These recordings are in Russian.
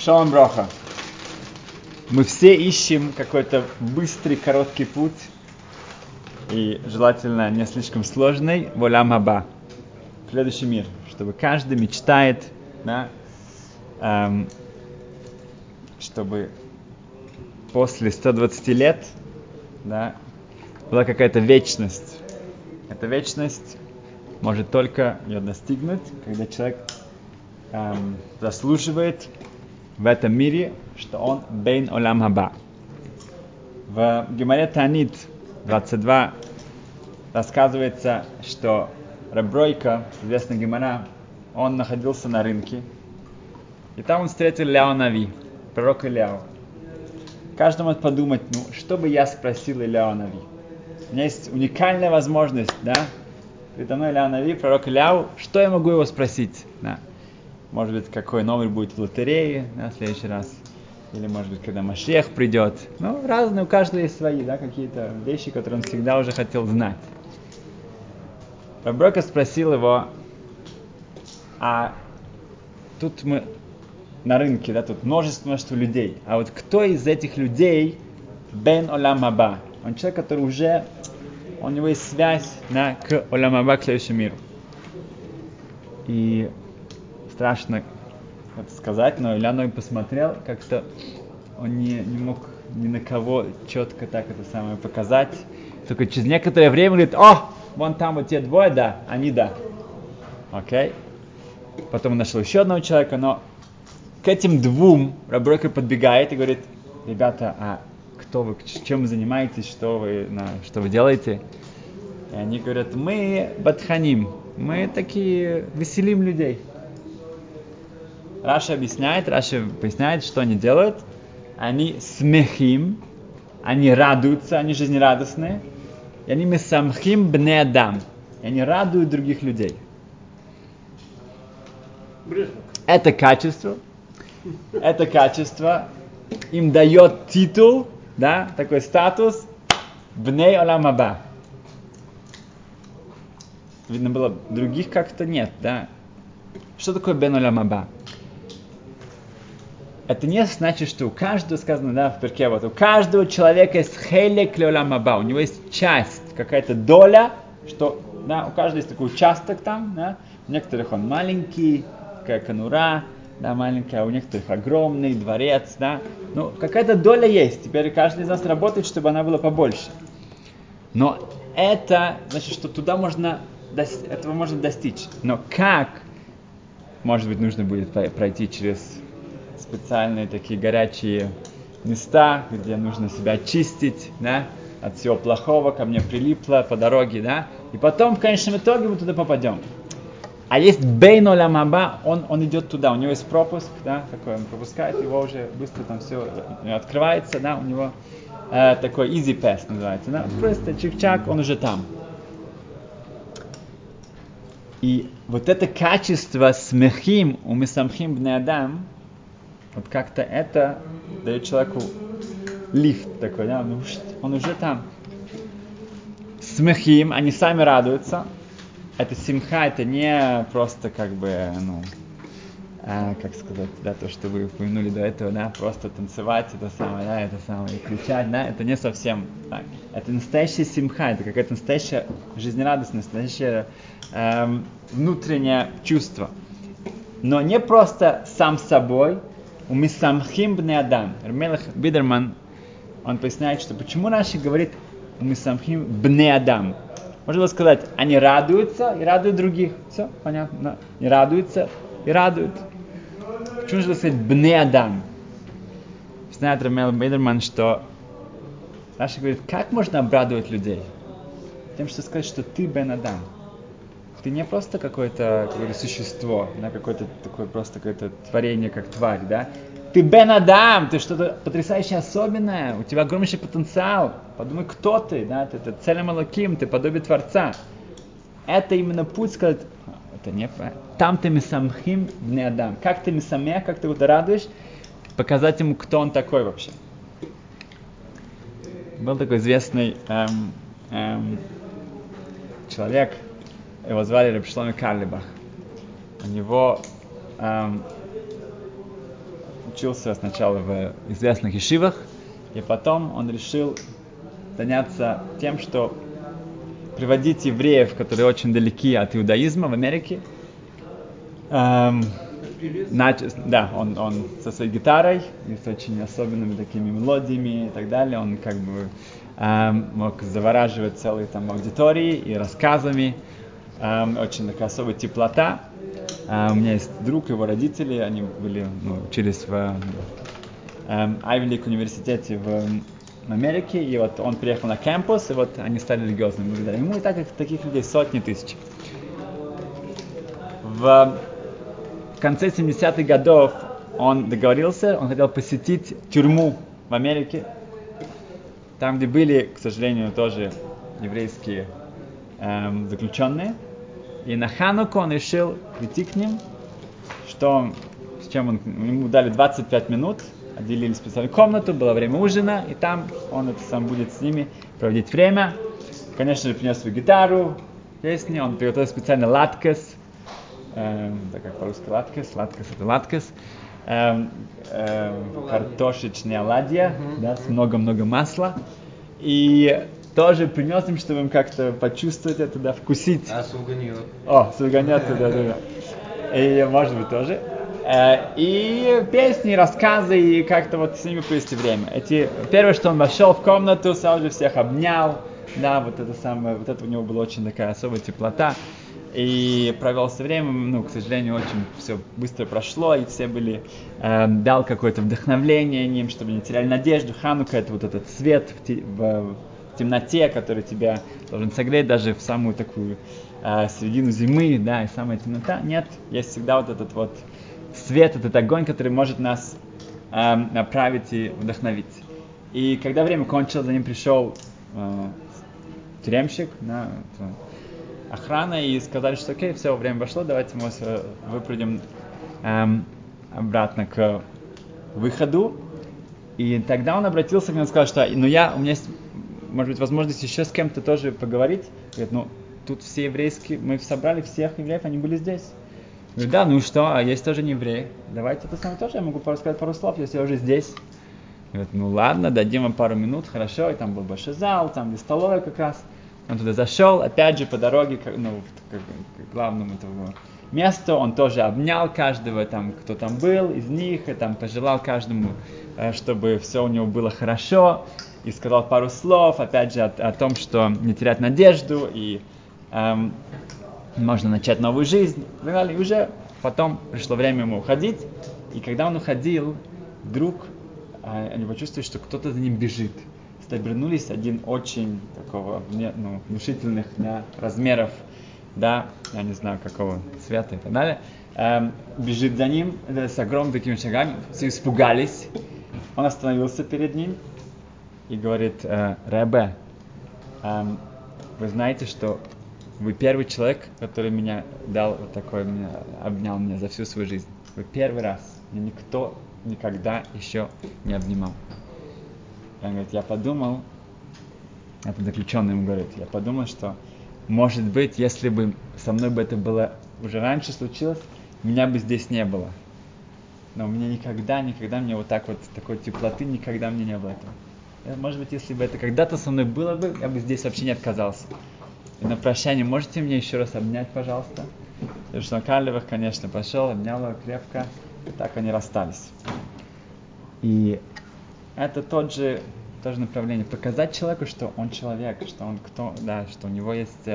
Шалом броха. Мы все ищем какой-то быстрый, короткий путь, и желательно не слишком сложный, в Олам Хаба, в следующий мир, чтобы каждый мечтает, да, чтобы после 120 лет, да, была какая-то вечность. Эта вечность может только ее достигнуть, когда человек заслуживает в этом мире, что он бейн Олам Хаба. В Гемаре Таанит 22 рассказывается, что Рав Бройка, известный Гемара, он находился на рынке, и там он встретил Ильяу Нави, пророка Ильяу. Каждый может подумать, что бы я спросил Ильяу Нави? У меня есть уникальная возможность, да? Передо мной Ильяу Нави, пророк Ильяу, что я могу его спросить? Да? Может быть, какой номер будет в лотерее, да, в следующий раз. Или, может быть, когда Машиах придет. Разные, у каждого есть свои, да, какие-то вещи, которые он всегда уже хотел знать. Рав Бройка спросил его, а тут мы на рынке, да, тут множество людей. А вот кто из этих людей бен Олам Хаба? Он человек, который уже, у него есть связь, да, к Олам Хаба, к следующему миру. И страшно это сказать, но Илья Нави посмотрел, как-то он не мог ни на кого четко так это самое показать. Только через некоторое время говорит, вон там вот те двое, да, они да. Окей. Потом он нашел еще одного человека, но к этим двум Рав Бройка подбегает и говорит, ребята, а кто вы, чем вы занимаетесь, что вы делаете? И они говорят, мы батханим, мы такие веселим людей. Раши поясняет, что они делают. Они смехим, они радуются, они жизнерадостные. И они месамхим бне адам. И они радуют других людей. Это качество им дает титул, да, такой статус бней Олам Хаба. Видно было, других как-то нет, да. Что такое бен Олам Хаба? Это не значит, что у каждого, сказано, да, в перке, вот, у каждого человека есть хелек леолам хаба, у него есть часть, какая-то доля, что, да, у каждого есть такой участок там, да, у некоторых он маленький, такая конура, да, маленькая, а у некоторых огромный дворец, да, какая-то доля есть, теперь каждый из нас работает, чтобы она была побольше. Но это значит, что туда этого можно достичь, но как, может быть, нужно будет пройти через специальные такие горячие места, где нужно себя очистить, да, от всего плохого, ко мне прилипло по дороге, да, и потом в конечном итоге мы туда попадем. А есть бейн Олам Хаба, он идет туда, у него есть пропуск, да, такой, он пропускает его уже быстро, там все открывается, да, у него такой easy pass называется, да, просто чик-чак, он уже там. И вот это качество смехим, у месамхим бне адам, вот как-то это дает человеку лифт такой, да, он уже там. Смехим, они сами радуются. Это симха, это не просто как бы, как сказать, да, то, что вы упомянули до этого, да, просто танцевать, это самое, и кричать, да, это не совсем так. Это настоящая симха, это какая-то настоящая жизнерадостность, настоящее внутреннее чувство. Но не просто сам собой, у мисамхим бне адам. Рмелах Бидерман, он поясняет, что почему Раши говорит у мисамхим бне адам. Можно было сказать, они радуются и радуют других. Все, понятно. Не радуются и радуют. Почему же сказать бне адам? Знает Рмелах Бидерман, что Раши говорит, как можно обрадовать людей? Тем, что сказать, что ты бен адам. Ты не просто какое-то существо, да, какое-то такое просто какое-то творение, как тварь, да? Ты бен адам, ты что-то потрясающее, особенное, у тебя огромнейший потенциал. Подумай, кто ты, да? Ты целем Элоким, ты подобие Творца. Это именно путь сказать, это не правильно. Там ты мисамхим бне адам. Как ты мисамех, как ты его радуешь, показать ему, кто он такой вообще. Был такой известный человек, его звали Реб Шломо Карлибах. У него учился сначала в известных ешивах, и потом он решил заняться тем, что приводить евреев, которые очень далеки от иудаизма в Америке. Да, он со своей гитарой и с очень особенными такими мелодиями и так далее. Он как бы мог завораживать целые там аудитории и рассказами. Очень такая особая теплота. У меня есть друг, его родители, они были, учились в Ivy League университете в Америке, и вот он приехал на кампус, и вот они стали религиозными благодаря ему, и так как таких людей сотни тысяч. В конце 70-х годов он договорился, он хотел посетить тюрьму в Америке, там, где были, к сожалению, тоже еврейские заключенные. И на Хануку он решил прийти к ним, ему дали 25 минут, отделили специальную комнату, было время ужина, и там он сам будет с ними проводить время. Конечно же, принес свою гитару, песни, он приготовил специально латкес, так как по-русски латкес это латкес, картошечные оладья, да, с много-много масла, и тоже принес им, чтобы им как-то почувствовать это, да, вкусить. Сулганьот. Сулганьот, да. И, может быть, тоже. И песни, рассказы, и как-то вот с ними провести время. Первое, что он вошел в комнату, сразу же всех обнял, да, вот это у него была очень такая особая теплота. И провел все время, к сожалению, очень все быстро прошло, и все дал какое-то вдохновление им, чтобы не теряли надежду. Ханука — это вот этот свет в темноте, который тебя должен согреть даже в самую такую середину зимы, да, и самая темнота. Нет, есть всегда вот этот вот свет, этот огонь, который может нас направить и вдохновить. И когда время кончилось, за ним пришел тюремщик, охрана, и сказали, что окей, все, время вошло, давайте мы выпрыгнем обратно к выходу. И тогда он обратился к нам и сказал, что у меня есть, может быть, возможность еще с кем-то тоже поговорить. Говорит, тут все еврейские, мы собрали всех евреев, они были здесь. Говорит, да, и что, а есть тоже не евреи. Давайте это самое тоже, я могу рассказать пару слов, если я уже здесь. Говорит, ладно, дадим вам пару минут, хорошо. И там был большой зал, там где столовая как раз. Он туда зашел, опять же по дороге к главному месту, он тоже обнял каждого, кто там был из них, и там пожелал каждому, чтобы все у него было хорошо, и сказал пару слов, опять же, о том, что не терять надежду, и можно начать новую жизнь. И уже потом пришло время ему уходить, и когда он уходил, вдруг они почувствовали, что кто-то за ним бежит. Обернулись, один очень такого внушительных размеров, да, я не знаю какого цвета и так далее, бежит за ним с огромными такими шагами, все испугались. Он остановился перед ним и говорит: Ребе, вы знаете, что вы первый человек, который меня дал вот такой, обнял меня за всю свою жизнь. Вы первый раз, меня никто никогда еще не обнимал. Он говорит, я подумал, это заключенный ему говорит, я подумал, что, может быть, если бы со мной бы это было уже раньше случилось, меня бы здесь не было. Но у меня никогда мне вот так вот, такой теплоты, никогда мне не было этого. Может быть, если бы это когда-то со мной было бы, я бы здесь вообще не отказался. И на прощание, можете мне еще раз обнять, пожалуйста? Потому Карлевых, конечно, пошел, обнял его крепко, и так они расстались. И это тоже направление. Показать человеку, что он человек, что он что у него есть,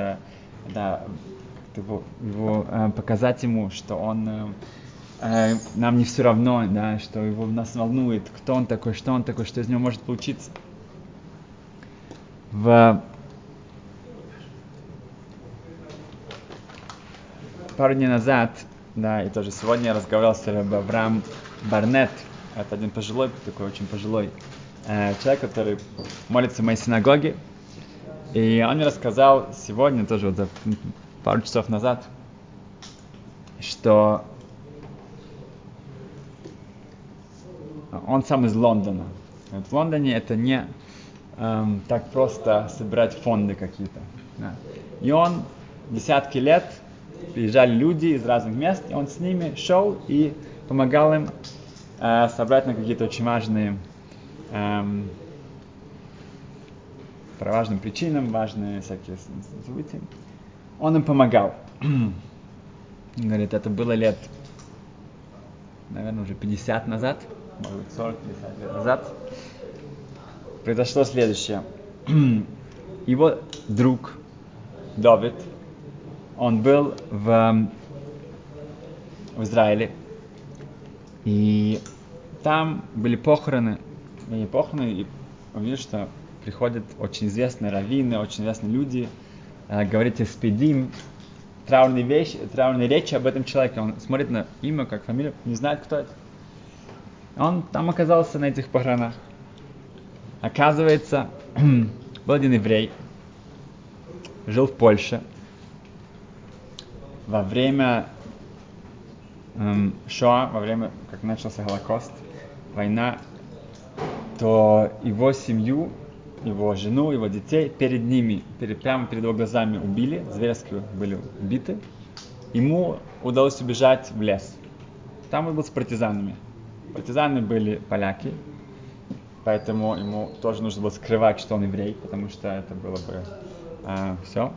показать ему, что он нам не все равно, да, что нас волнует, кто он такой, что из него может получиться. Пару дней назад, да, и тоже сегодня я разговаривал с Авраам Барнетт. Это один такой очень пожилой человек, который молится в моей синагоге. И он мне рассказал сегодня, тоже вот пару часов назад, что он сам из Лондона. В Лондоне это не так просто собирать фонды какие-то. Да. И он десятки лет, приезжали люди из разных мест, и он с ними шел и помогал им собрать на какие-то очень важные, по важным причинам, важные всякие события. Он им помогал. Говорит, это было лет, наверное, уже 50 назад, может быть, 40-50 лет назад. Произошло следующее. Его друг Давид, он был в Израиле, и там были похороны, и он видел, что приходят очень известные раввины, очень известные люди, говорить эспедим, траурные речи об этом человеке. Он смотрит на имя, как фамилию, не знает, кто это. Он там оказался на этих похоронах. Оказывается, был один еврей, жил в Польше. Во время Шоа, во время, как начался Холокост, война, то его семью, его жену, его детей прямо перед его глазами убили, зверски были убиты. Ему удалось убежать в лес. Там он был с партизанами. Партизаны были поляки, поэтому ему тоже нужно было скрывать, что он еврей, потому что это было бы все.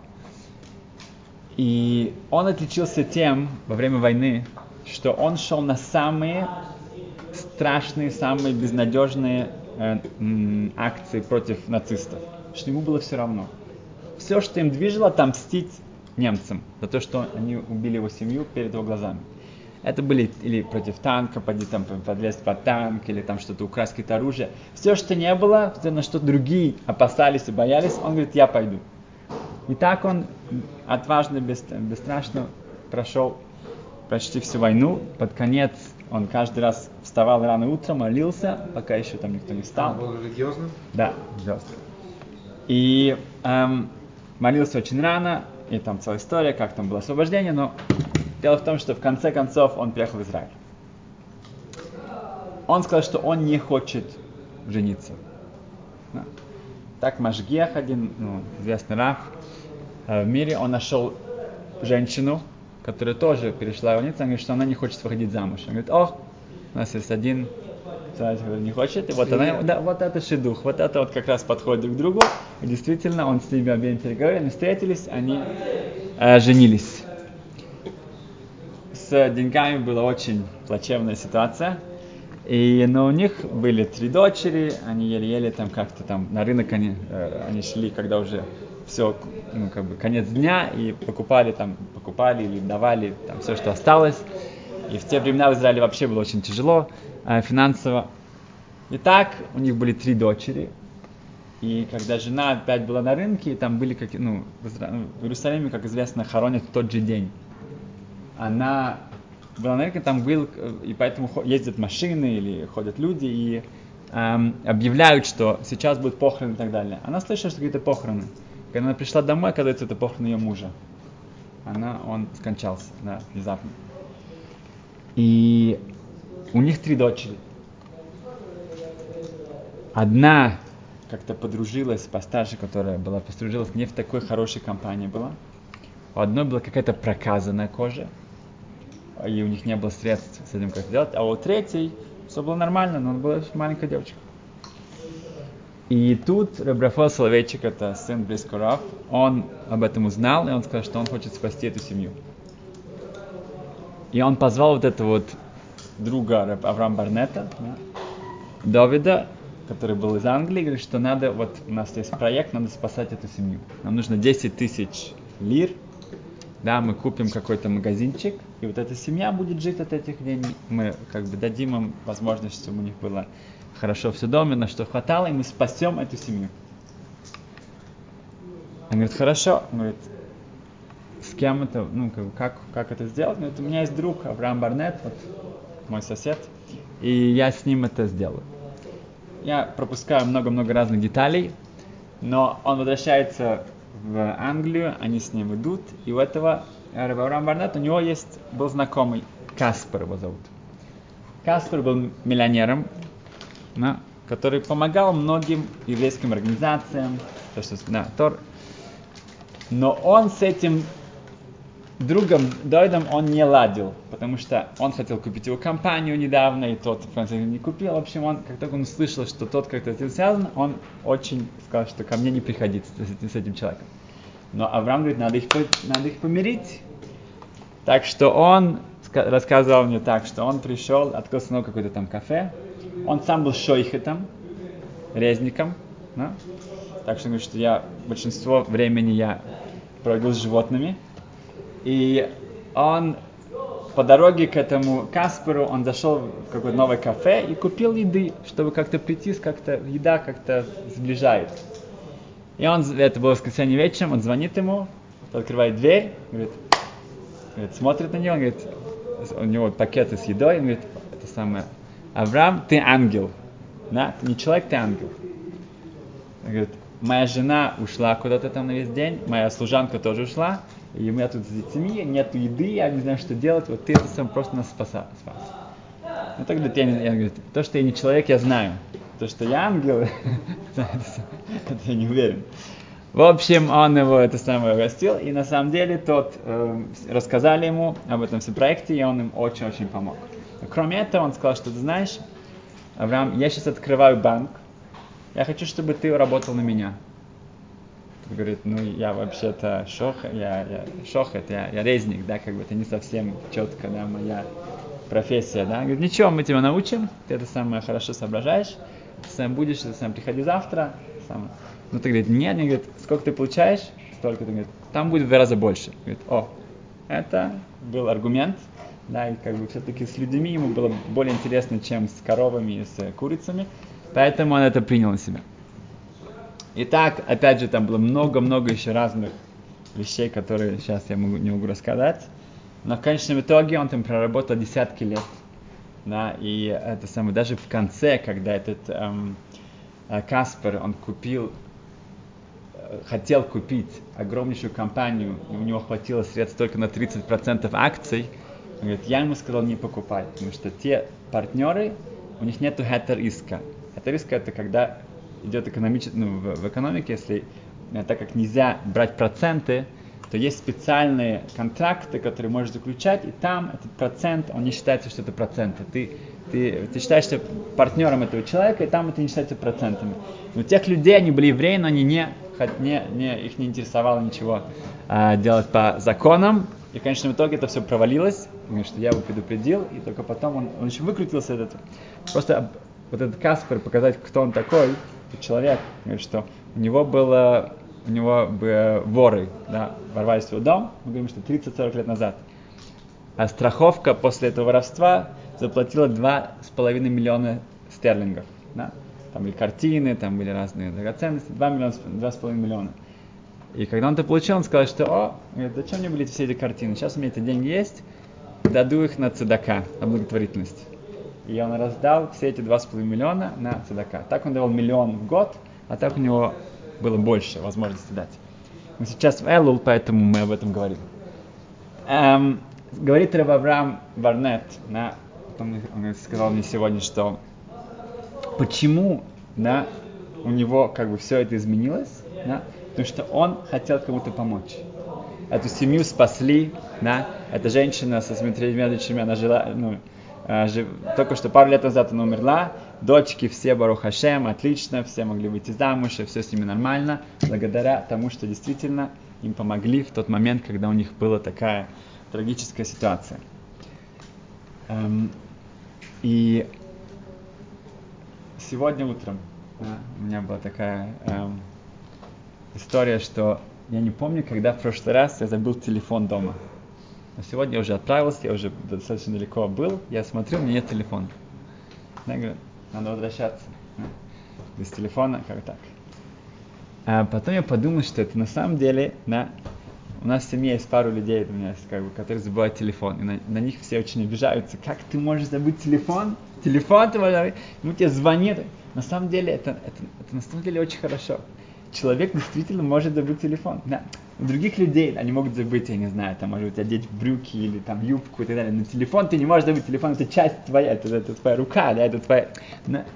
И он отличился тем во время войны, что он шел на самые страшные, самые безнадежные акции против нацистов, что ему было все равно. Все, что им движило, отомстить немцам за то, что они убили его семью перед его глазами. Это были или против танка, подлезть под танк, или там что-то украсть, какое-то оружие. Все, что не было, на что другие опасались и боялись, он говорит, я пойду. И так он отважно, бесстрашно прошел почти всю войну. Под конец он каждый раз вставал рано утром, молился, пока еще там никто не встал. Он был религиозным? Да, религиозным. И молился очень рано, и там целая история, как там было освобождение, но дело в том, что в конце концов он приехал в Израиль. Он сказал, что он не хочет жениться. Да. Так Машгиах один, известный рав в мире, он нашел женщину, которая тоже перешла границу, он говорит, что она не хочет выходить замуж. Он говорит, у нас есть один человек, который не хочет, и вот она, да, вот это шидух, вот это вот как раз подходит друг к другу. И действительно, он с ними обеими переговорил, они встретились, они женились. С деньгами была очень плачевная ситуация. Но у них были 3 дочери, они еле-еле там как-то там на рынок они шли, когда уже все, конец дня, и покупали или давали там все, что осталось. И в те времена в Израиле вообще было очень тяжело финансово. Итак, у них были 3 дочери. И когда жена опять была на рынке, там были в Иерусалиме, как известно, хоронят в тот же день. Она была на рынке, там был, и поэтому ездят машины или ходят люди и объявляют, что сейчас будут похороны и так далее. Она слышала, что какие-то похороны. Когда она пришла домой, оказывается, это похороны ее мужа. Он скончался, да, внезапно. И у них 3 дочери. Одна как-то подружилась постарше, которая подружилась не в такой хорошей компании была. У одной была какая-то проказанная кожа, и у них не было средств с этим как делать. А у третьей все было нормально, но она была маленькая девочка. И тут Ребби Рафаэль Соловейчик, это сын Бриско Рав, он об этом узнал, и он сказал, что он хочет спасти эту семью. И он позвал вот этого друга Авраама Барнета, Давида, который был из Англии, говорит, что надо, у нас есть проект, надо спасать эту семью. Нам нужно 10 тысяч лир, да, мы купим какой-то магазинчик, и вот эта семья будет жить от этих денег. Мы дадим им возможность, чтобы у них было хорошо все дома, на что хватало, и мы спасем эту семью. Он говорит, хорошо. Он говорит, с кем это, как это сделать? Он говорит, у меня есть друг Авраам Барнет, мой сосед, и я с ним это сделаю. Я пропускаю много-много разных деталей, но он возвращается в Англию, они с ним идут, и у этого Авраам Барнет, у него был знакомый, Каспар его зовут. Каспар был миллионером, который помогал многим еврейским организациям, но он с этим другом Давидом он не ладил, потому что он хотел купить его компанию недавно, и тот в конце не купил. В общем, он, как только он услышал, что тот как-то с этим связан, он очень сказал, что ко мне не приходить с этим человеком. Но Авраам говорит, надо их помирить. Так что он рассказал мне так, что он пришел, открыл снова какое-то там кафе. Он сам был шойхетом, резником. Да? Так что он говорит, что я большинство времени я проводил с животными. И он по дороге к этому Касперу, он зашел в какое-то новое кафе и купил еды, чтобы как-то прийти, еда как-то сближает. И это было воскресенье вечером, он звонит ему, открывает дверь, говорит, смотрит на него, говорит, у него пакеты с едой, он говорит, это самое, Авраам, ты ангел, да? Ты не человек, ты ангел. Он говорит, моя жена ушла куда-то там на весь день, моя служанка тоже ушла, и у меня тут с детьми, нету еды, я не знаю, что делать, вот ты это сам просто нас спас. Ну тогда я говорю, то, что я не человек, я знаю. То, что я ангел, это я не уверен. В общем, он его это самое угостил, и на самом деле рассказали ему об этом всем проекте, и он им очень-очень помог. Но кроме этого, он сказал, что ты знаешь, Авраам, я сейчас открываю банк, я хочу, чтобы ты работал на меня. Он говорит, я вообще-то я резник, да, как бы это не совсем четко, да, моя профессия, да. Он говорит, ничего, мы тебя научим, ты это самое хорошо соображаешь, ты сам будешь, ты сам приходи завтра. Ты говорит, нет, он говорит, сколько ты получаешь? Столько, ты говорит, там будет в 2 раза больше. Говорит, это был аргумент, да, и как бы все-таки с людьми ему было более интересно, чем с коровами и с курицами, поэтому он это принял на себя. И так, опять же, там было много-много еще разных вещей, которые сейчас я не могу рассказать. Но в конечном итоге он там проработал десятки лет. Да, и это самое, даже в конце, когда этот Каспер, он хотел купить огромнейшую компанию, и у него хватило средств только на 30% акций, он говорит, я ему сказал не покупать, потому что те партнеры, у них нету хетер иска. Хетер иска это когда идет в экономике, если так как нельзя брать проценты, то есть специальные контракты, которые можешь заключать, и там этот процент, он не считается, что это проценты. Ты считаешься партнером этого человека, и там это не считается процентами. Но тех людей, они были евреи, но они их не интересовало ничего делать по законам. И в конечном итоге это все провалилось, потому что я его предупредил, и только потом он еще выкрутился от этого. Просто вот этот Каспер, показать, кто он такой, человек, говорит, что у него воры, да, ворвались в его дом, мы говорим, что 30-40 лет назад. А страховка после этого воровства заплатила 2,5 миллиона стерлингов. Да? Там были картины, там были разные драгоценности, 2,5 миллиона. И когда он это получил, он сказал, что, зачем мне были все эти картины? Сейчас у меня эти деньги есть, даду их на цедака, на благотворительность. И он раздал все эти 2,5 миллиона на цедака. Так он давал 1 миллион в год, а так у него было больше возможности дать. Но сейчас в Элул, поэтому мы об этом говорим. Говорит Рав Авраам Барнет, да, он сказал мне сегодня, что почему, да, у него как бы все это изменилось, да, потому что он хотел кому-то помочь. Эту семью спасли, да, эта женщина со своими 3 дочерьми, она жила, только что пару лет назад она умерла, дочки все, Барух Хашем, отлично, все могли выйти замуж, и все с ними нормально, благодаря тому, что действительно им помогли в тот момент, когда у них была такая трагическая ситуация. И сегодня утром у меня была такая история, что я не помню, когда в прошлый раз я забыл телефон дома. Но сегодня я уже отправился, я уже достаточно далеко был, я смотрю, у меня нет телефона. Я говорю, надо возвращаться. Без телефона, как так. А потом я подумал, что это на самом деле, да, у нас в семье есть пару людей, у меня есть, которые забывают телефон, и на них все очень обижаются. Как ты можешь забыть телефон? Телефон ты можешь забыть? Тебе звонит. На самом деле, это на самом деле очень хорошо. Человек действительно может забыть телефон. Да. У других людей они могут забыть, я не знаю, там, может быть, одеть брюки или там юбку и так далее. Но телефон ты не можешь забыть. Телефон это часть твоя, это твоя рука, да, это твоя.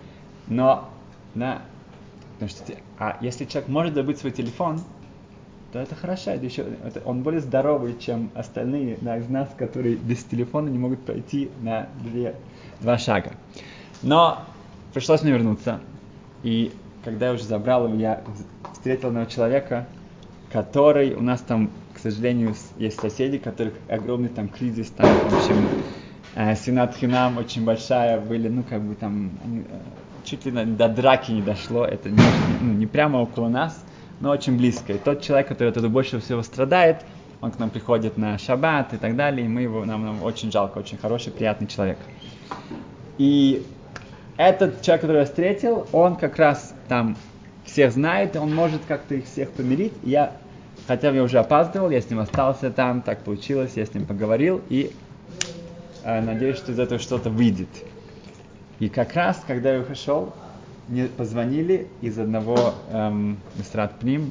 Но потому что, если человек может забыть свой телефон, то это хорошо. Он более здоровый, чем остальные из нас, которые без телефона не могут пройти на 2 шага. Но пришлось мне вернуться. И когда я уже забрал его, я встретил одного человека, который у нас там, к сожалению, есть соседи, у которых огромный там кризис, там, в общем, синат хинам очень большая, были, там, чуть ли до драки не дошло, это не прямо около нас, но очень близко. И тот человек, который от этого больше всего страдает, он к нам приходит на шаббат и так далее, и нам очень жалко, очень хороший, приятный человек. И этот человек, который я встретил, он как раз там всех знает, он может как-то их всех помирить. Хотя я уже опаздывал, я с ним остался там, так получилось, я с ним поговорил, и надеюсь, что из этого что-то выйдет. И как раз, когда я ушел, мне позвонили из одного Мисрат Пним,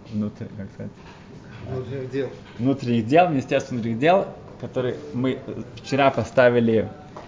внутренних дел, Министерства внутренних дел, который мы вчера поставили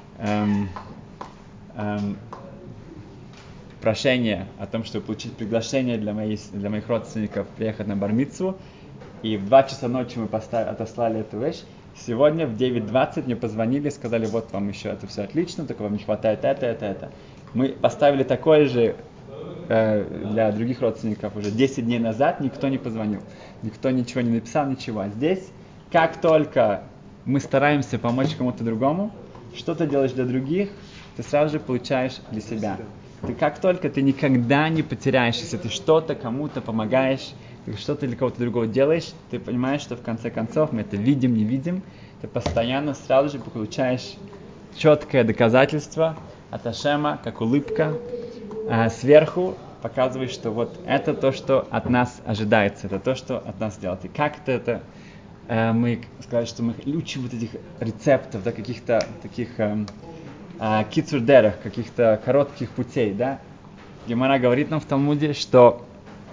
прошение о том, чтобы получить приглашение для моих родственников приехать на бар-мицву. И в 2 часа ночи мы отослали эту вещь. Сегодня в 9:20 мне позвонили, сказали, вот вам еще это все отлично, только вам не хватает это. Мы поставили такое же для других родственников уже 10 дней назад, никто не позвонил, никто ничего не написал, ничего. А здесь, как только мы стараемся помочь кому-то другому, что ты делаешь для других, ты сразу же получаешь для себя. Как только ты никогда не потеряешь, если ты что-то кому-то помогаешь, ты что-то для кого-то другого делаешь, ты понимаешь, что в конце концов мы это видим, не видим, ты постоянно сразу же получаешь четкое доказательство от Ашема, как улыбка, сверху показывает, что вот это то, что от нас ожидается, это то, что от нас делают. И как-то это мы сказали, что мы учим вот этих рецептов, да, каких-то таких кицурдерах, каких-то коротких путей, да. Гемара говорит нам в Талмуде, что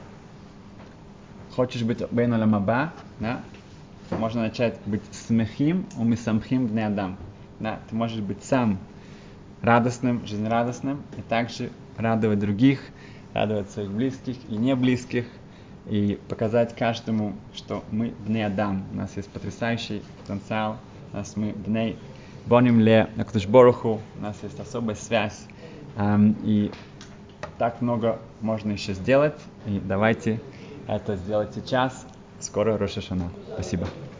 хочешь быть бейн олам аба, да, можно начать быть смехим, умисамхим бней адам. Да, ты можешь быть сам радостным, жизнерадостным, и также радовать других, радовать своих близких и не близких, и показать каждому, что мы бней адам. У нас есть потрясающий потенциал, мы бней боним ле акадош барух ху, у нас есть особая связь, и так много можно еще сделать, и давайте это сделать сейчас. Скоро Рош ха-Шана. Спасибо.